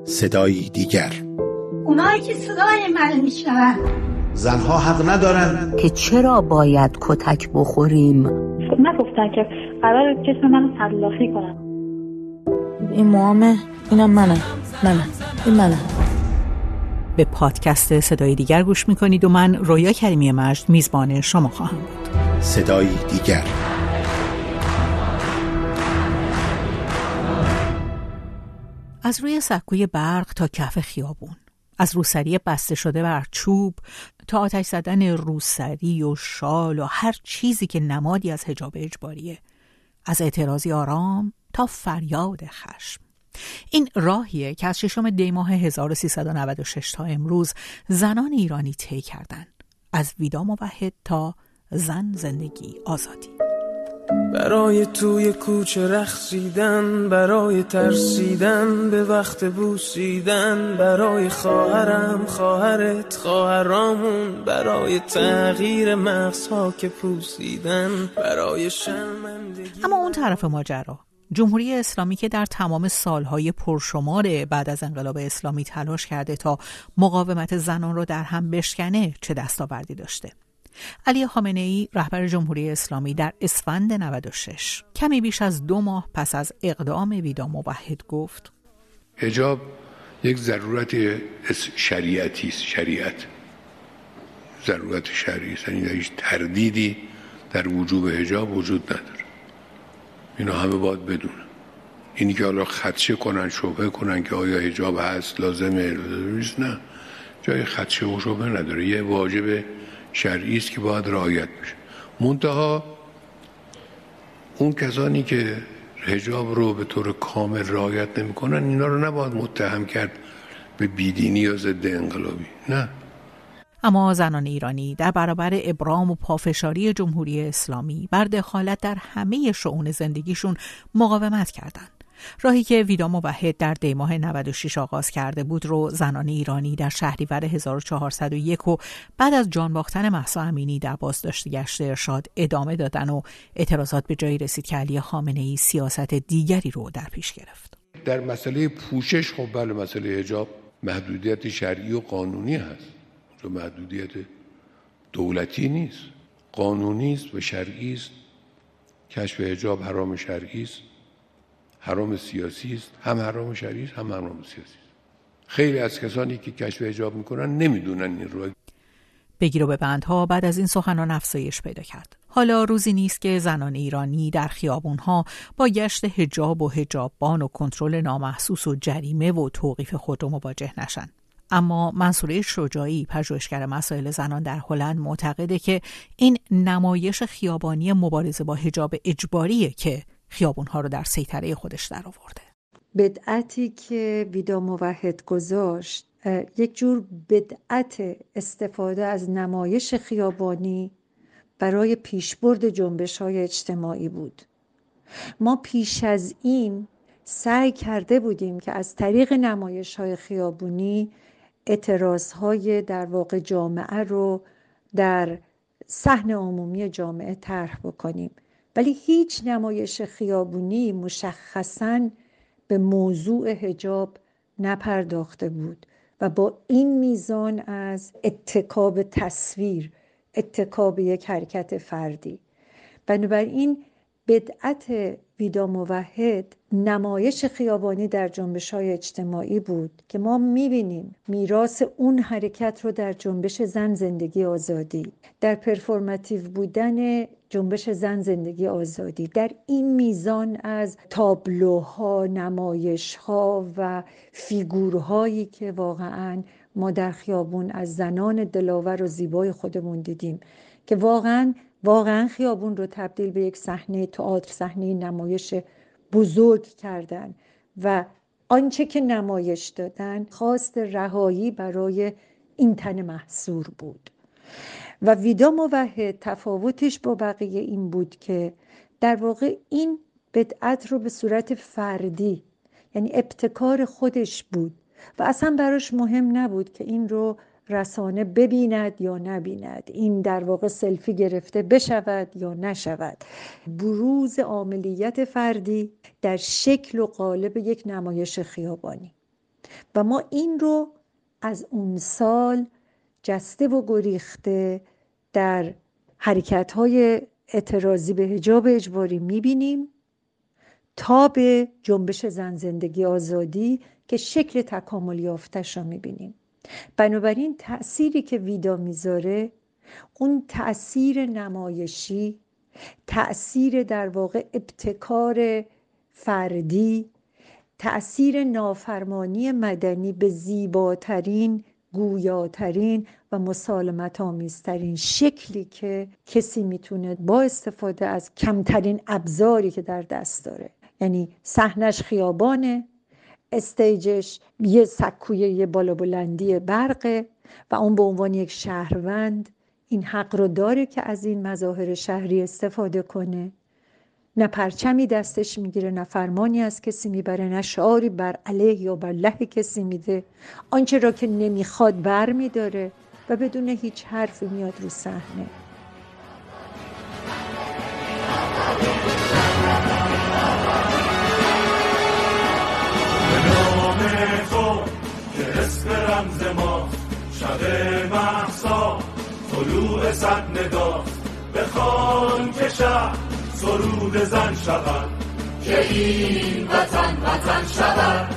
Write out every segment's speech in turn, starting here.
صدایی دیگر. اونایی که صدای من میشنون زنها حق ندارن که چرا باید کتک بخوریم. نگفتن که قرار جسم منو تلافی کنن. این موامه، اینم منم این منم. به پادکست صدای دیگر گوش میکنید و من رویا کریمی مجد میزبان شما خواهم بود. صدایی دیگر. از روی سکوی برق تا کف خیابون، از روسری بسته شده بر چوب تا آتش زدن روسری و شال و هر چیزی که نمادی از حجاب اجباریه، از اعتراضی آرام تا فریاد خشم. این راهیه که از 6 دی ماه 1396 تا امروز زنان ایرانی طی کردن، از ویدا موحد تا زن زندگی آزادی. برای توی کوچه رقصیدن، برای ترسیدن به وقت بوسیدن، برای خواهرم، خواهرت، خواهرامون، برای تغییر مغزها که پوسیدن، برای شرمندگی. اما اون طرف ماجرا، جمهوری اسلامی که در تمام سالهای پرشمار بعد از انقلاب اسلامی تلاش کرده تا مقاومت زنان رو در هم بشکنه، چه دستاوردی داشته؟ علی خامنه‌ای رهبر جمهوری اسلامی در اسفند 96 کمی بیش از 2 ماه پس از اقدام ویدا موحد گفت: حجاب یک ضرورت شریعتی است. شریعت ضرورت شرعی است، یعنی هیچ تردیدی در وجوب حجاب وجود نداره. اینا همه باید بدونن. اینی که حالا خدشه کنن، شبهه کنن که آیا حجاب هست، لازمه، نه، جای خدشه و شبهه نداره. یه واجب شرعی است که باید رعایت بشه. منتها اون کسانی که حجاب رو به طور کامل رعایت نمی‌کنن، اینا رو نباید متهم کرد به بیدینی یا ضد انقلابی، نه. اما زنان ایرانی در برابر ابرام و پافشاری جمهوری اسلامی بر دخالت در همه شئون زندگیشون مقاومت کردند. راهی که ویدا موحد در دی ماه 96 آغاز کرده بود رو زنان ایرانی در شهریور 1401 و بعد از جان باختن مهسا امینی در بازداشت گشت ارشاد ادامه دادن و اعتراضات به جایی رسید که علی خامنه‌ای سیاست دیگری رو در پیش گرفت. در مسئله پوشش، خب بله، مسئله حجاب محدودیت شرعی و قانونی هست. تو محدودیت دولتی نیست، قانونی است و شرعی است. کشف حجاب حرام شرعی است، حرام سیاسی است، هم حرام شرعی است، هم حرام سیاسی است. خیلی از کسانی که کشف حجاب میکنن نمیدونن این رو. بگیر و ببندها بعد از این سخنان افزایش پیدا کرد. حالا روزی نیست که زنان ایرانی در خیابونها با گشت حجاب و حجاببان و کنترل نامحسوس و جریمه و توقیف خود رو مواجه نشن. اما منصوره شجاعی، پژوهشگر مسائل زنان در هلند، معتقده که این نمایش خیابانی مبارزه با حجاب اجباریه که خیابونها رو در سیطره خودش در آورده. بدعتی که ویدا موحد گذاشت یک جور بدعت استفاده از نمایش خیابانی برای پیشبرد جنبش‌های اجتماعی بود. ما پیش از این سعی کرده بودیم که از طریق نمایش‌های خیابانی اعتراضهای در واقع جامعه رو در صحن عمومی جامعه طرح بکنیم، ولی هیچ نمایش خیابونی مشخصاً به موضوع حجاب نپرداخته بود و با این میزان از اتکاب تصویر، اتکاب یک حرکت فردی. بنابراین بدعت ویدا موحد نمایش خیابانی در جنبش‌های اجتماعی بود که ما می‌بینیم میراث اون حرکت رو در جنبش زن زندگی آزادی، در پرفورماتیو بودن جنبش زن زندگی آزادی، در این میزان از تابلوها، نمایش‌ها و فیگورهایی که واقعاً ما در خیابون از زنان دلاور و زیبای خودمون دیدیم که واقعاً خیابون رو تبدیل به یک صحنه تئاتر، صحنه نمایش بزرگ کردن و آنچه که نمایش دادن خواست رهایی برای این تن محصور بود. و ویدا موحد تفاوتش با بقیه این بود که در واقع این بدعت رو به صورت فردی، یعنی ابتکار خودش بود و اصلا براش مهم نبود که این رو رسانه ببیند یا نبیند، این در واقع سلفی گرفته بشود یا نشود. بروز عاملیت فردی در شکل و قالب یک نمایش خیابانی. و ما این رو از اون سال جسته و گریخته در حرکت‌های اعتراضی به حجاب اجباری می‌بینیم تا به جنبش زن زندگی آزادی که شکل تکامل یافته‌اش رو می‌بینیم. بنابراین تأثیری که ویدا میذاره اون تأثیر نمایشی، تأثیر در واقع ابتکار فردی، تأثیر نافرمانی مدنی به زیباترین، گویاترین و مسالمت آمیزترین شکلی که کسی میتونه با استفاده از کمترین ابزاری که در دست داره، یعنی صحنش خیابانه، استیجش یه سکوی یه بالا بلندی برقه و اون به عنوان یک شهروند این حق رو داره که از این مظاهر شهری استفاده کنه. نه پرچمی دستش میگیره، نه فرمانی از کسی میبره، نه شعاری بر علیه یا بر لحه کسی میده. آنچه را که نمیخواد بر میداره و بدون هیچ حرفی میاد رو صحنه. که اسم رمز ما شب مهسا طلوع صد ندا بخوان که شب سرود زن شود که این وطن وطن شود.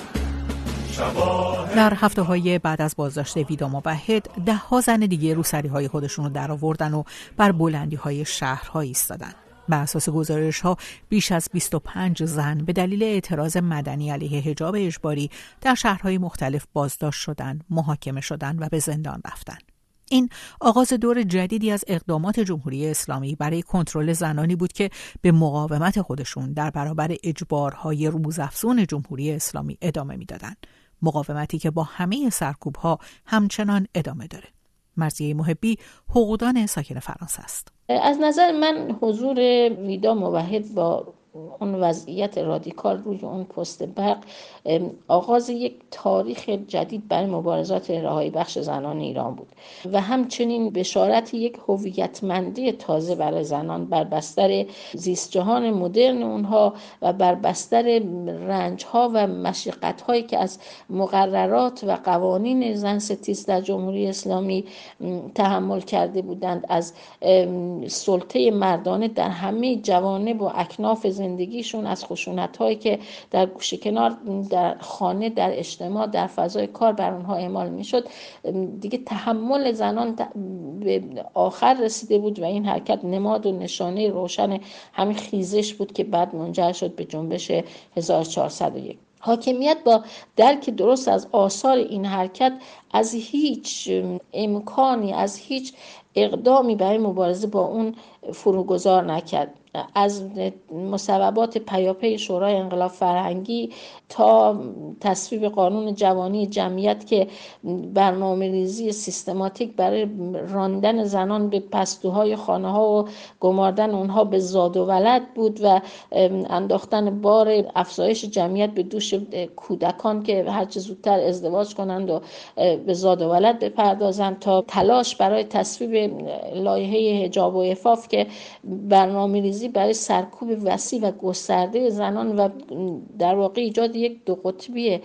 در هفته‌های بعد از بازداشت ویدا موحد 10 زن دیگه روسری‌های خودشون رو در آوردن و بر بلندی‌های شهرها ایستادن. بر اساس گزارش‌ها بیش از 25 زن به دلیل اعتراض مدنی علیه حجاب اجباری در شهرهای مختلف بازداشت شدند، محاکمه شدند و به زندان رفتند. این آغاز دور جدیدی از اقدامات جمهوری اسلامی برای کنترل زنانی بود که به مقاومت خودشون در برابر اجبارهای روزافزون جمهوری اسلامی ادامه میدادند. مقاومتی که با همه سرکوب‌ها همچنان ادامه داره. مرضیه محبی حقوقدان ساکن فرانسه است. از نظر من حضور ویدا موحد با اون وضعیت رادیکال روی اون پست برق آغاز یک تاریخ جدید برای مبارزات رهایی بخش زنان ایران بود و همچنین بشارت یک هویتمندی تازه برای زنان بر بستر زیست جهان مدرن اونها و بر بستر رنج‌ها و مشقت‌هایی که از مقررات و قوانین زن ستیز در جمهوری اسلامی تحمل کرده بودند، از سلطه مردانه در همه جوانب و اکناف زندگیشون، از خشونت‌هایی که در گوشه کنار، در خانه، در اجتماع، در فضای کار بر اونها اعمال میشد. دیگه تحمل زنان به آخر رسیده بود و این حرکت نماد و نشانه روشن همین خیزش بود که بعد منجر شد به جنبش 1401. حاکمیت با درک درست از آثار این حرکت از هیچ امکانی، از هیچ اقدامی برای مبارزه با اون فروگذار نکرد. از مصوبات پیاپی شورای انقلاب فرهنگی تا تصویب قانون جوانی جمعیت که برنامه‌ریزی سیستماتیک برای راندن زنان به پستوهای خانه‌ها و گماردن اونها به زاد و ولد بود و انداختن بار افزایش جمعیت به دوش کودکان که هرچه زودتر ازدواج کنند و به زاد و ولد بپردازند، تا تلاش برای تصویب لایحه حجاب و عفاف که برنامه‌ریزی برای سرکوب وسیع و گسترده زنان و در واقع ایجاد یک دو قطبی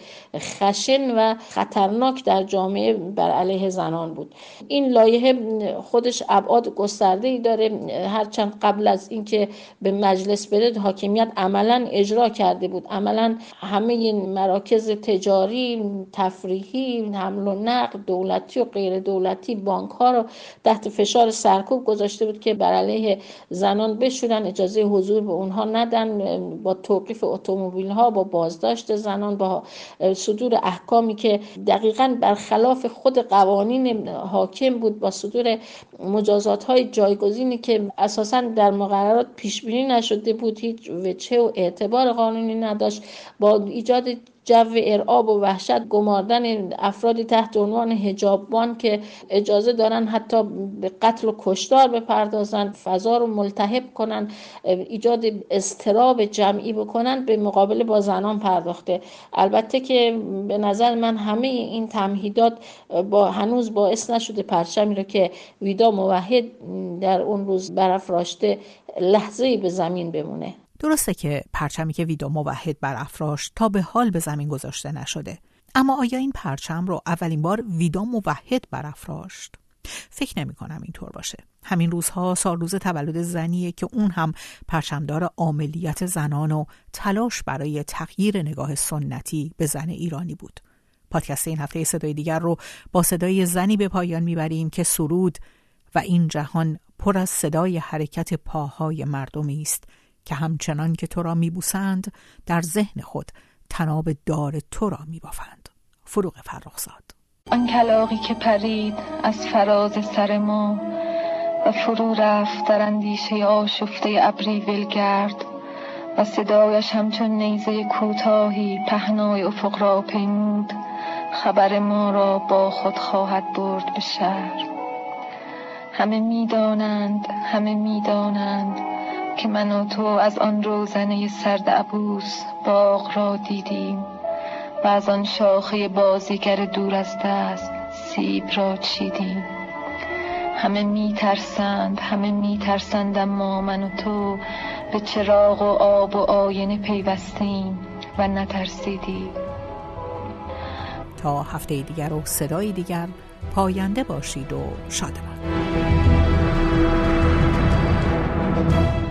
خشن و خطرناک در جامعه بر علیه زنان بود. این لایحه خودش ابعاد گسترده‌ای داره، هرچند قبل از اینکه به مجلس بره حاکمیت عملاً اجرا کرده بود. عملاً همه این مراکز تجاری، تفریحی، حمل و نقل، دولتی و غیر دولتی، بانک‌ها رو تحت فشار سرکوب گذاشته بود که بر علیه زنان بشورن، اجازه حضور به اونها ندن، با توقیف اتومبیل‌ها، با بازداشت زنان، با صدور احکامی که دقیقاً برخلاف خود قوانین حاکم بود، با صدور مجازات‌های جایگزینی که اساساً در مقررات پیش بینی نشده بود، هیچ وجه و اعتبار قانونی نداشت، با ایجاد جو ارعاب و وحشت، گماردن افرادی تحت عنوان حجاببان که اجازه دارن حتی به قتل و کشتار بپردازن، فضا رو ملتهب کنن، ایجاد اضطراب جمعی بکنن، به مقابله با زنان پرداخته. البته که به نظر من همه این تمهیدات هنوز باعث نشده پرچمی رو که ویدا موحد در اون روز برافراشته لحظه‌ای به زمین بمونه. درسته که پرچمی که ویدا موحد برافراشت تا به حال به زمین گذاشته نشده، اما آیا این پرچم رو اولین بار ویدا موحد برافراشت؟ فکر نمی کنم اینطور باشه. همین روزها سالروز تولد زنیه که اون هم پرچمدار عاملیت زنان و تلاش برای تغییر نگاه سنتی به زن ایرانی بود. پادکست این هفته صدای دیگر رو با صدای زنی به پایان میبریم که سرود و این جهان پر از صدای حرکت پاهای مردمی است که همچنان که تو را میبوسند در ذهن خود طناب دار تو را میبافند. فروغ فرخزاد. آن کلاغی که پرید از فراز سر ما و فرو رفت در اندیشه آشفته ابری ولگرد و صدایش همچون نیزه کوتاهی پهنای افق را پیمود، خبر ما را با خود خواهد برد به شهر. همه میدانند که من و تو از آن روزنه سرد عبوس باغ را دیدیم و از آن شاخه بازیگر دور از دست سیب را چیدیم. همه میترسند اما من و تو به چراغ و آب و آینه پیوستیم و نترسیدیم. تا هفته دیگر و صدای دیگر، پاینده باشید و شادمان.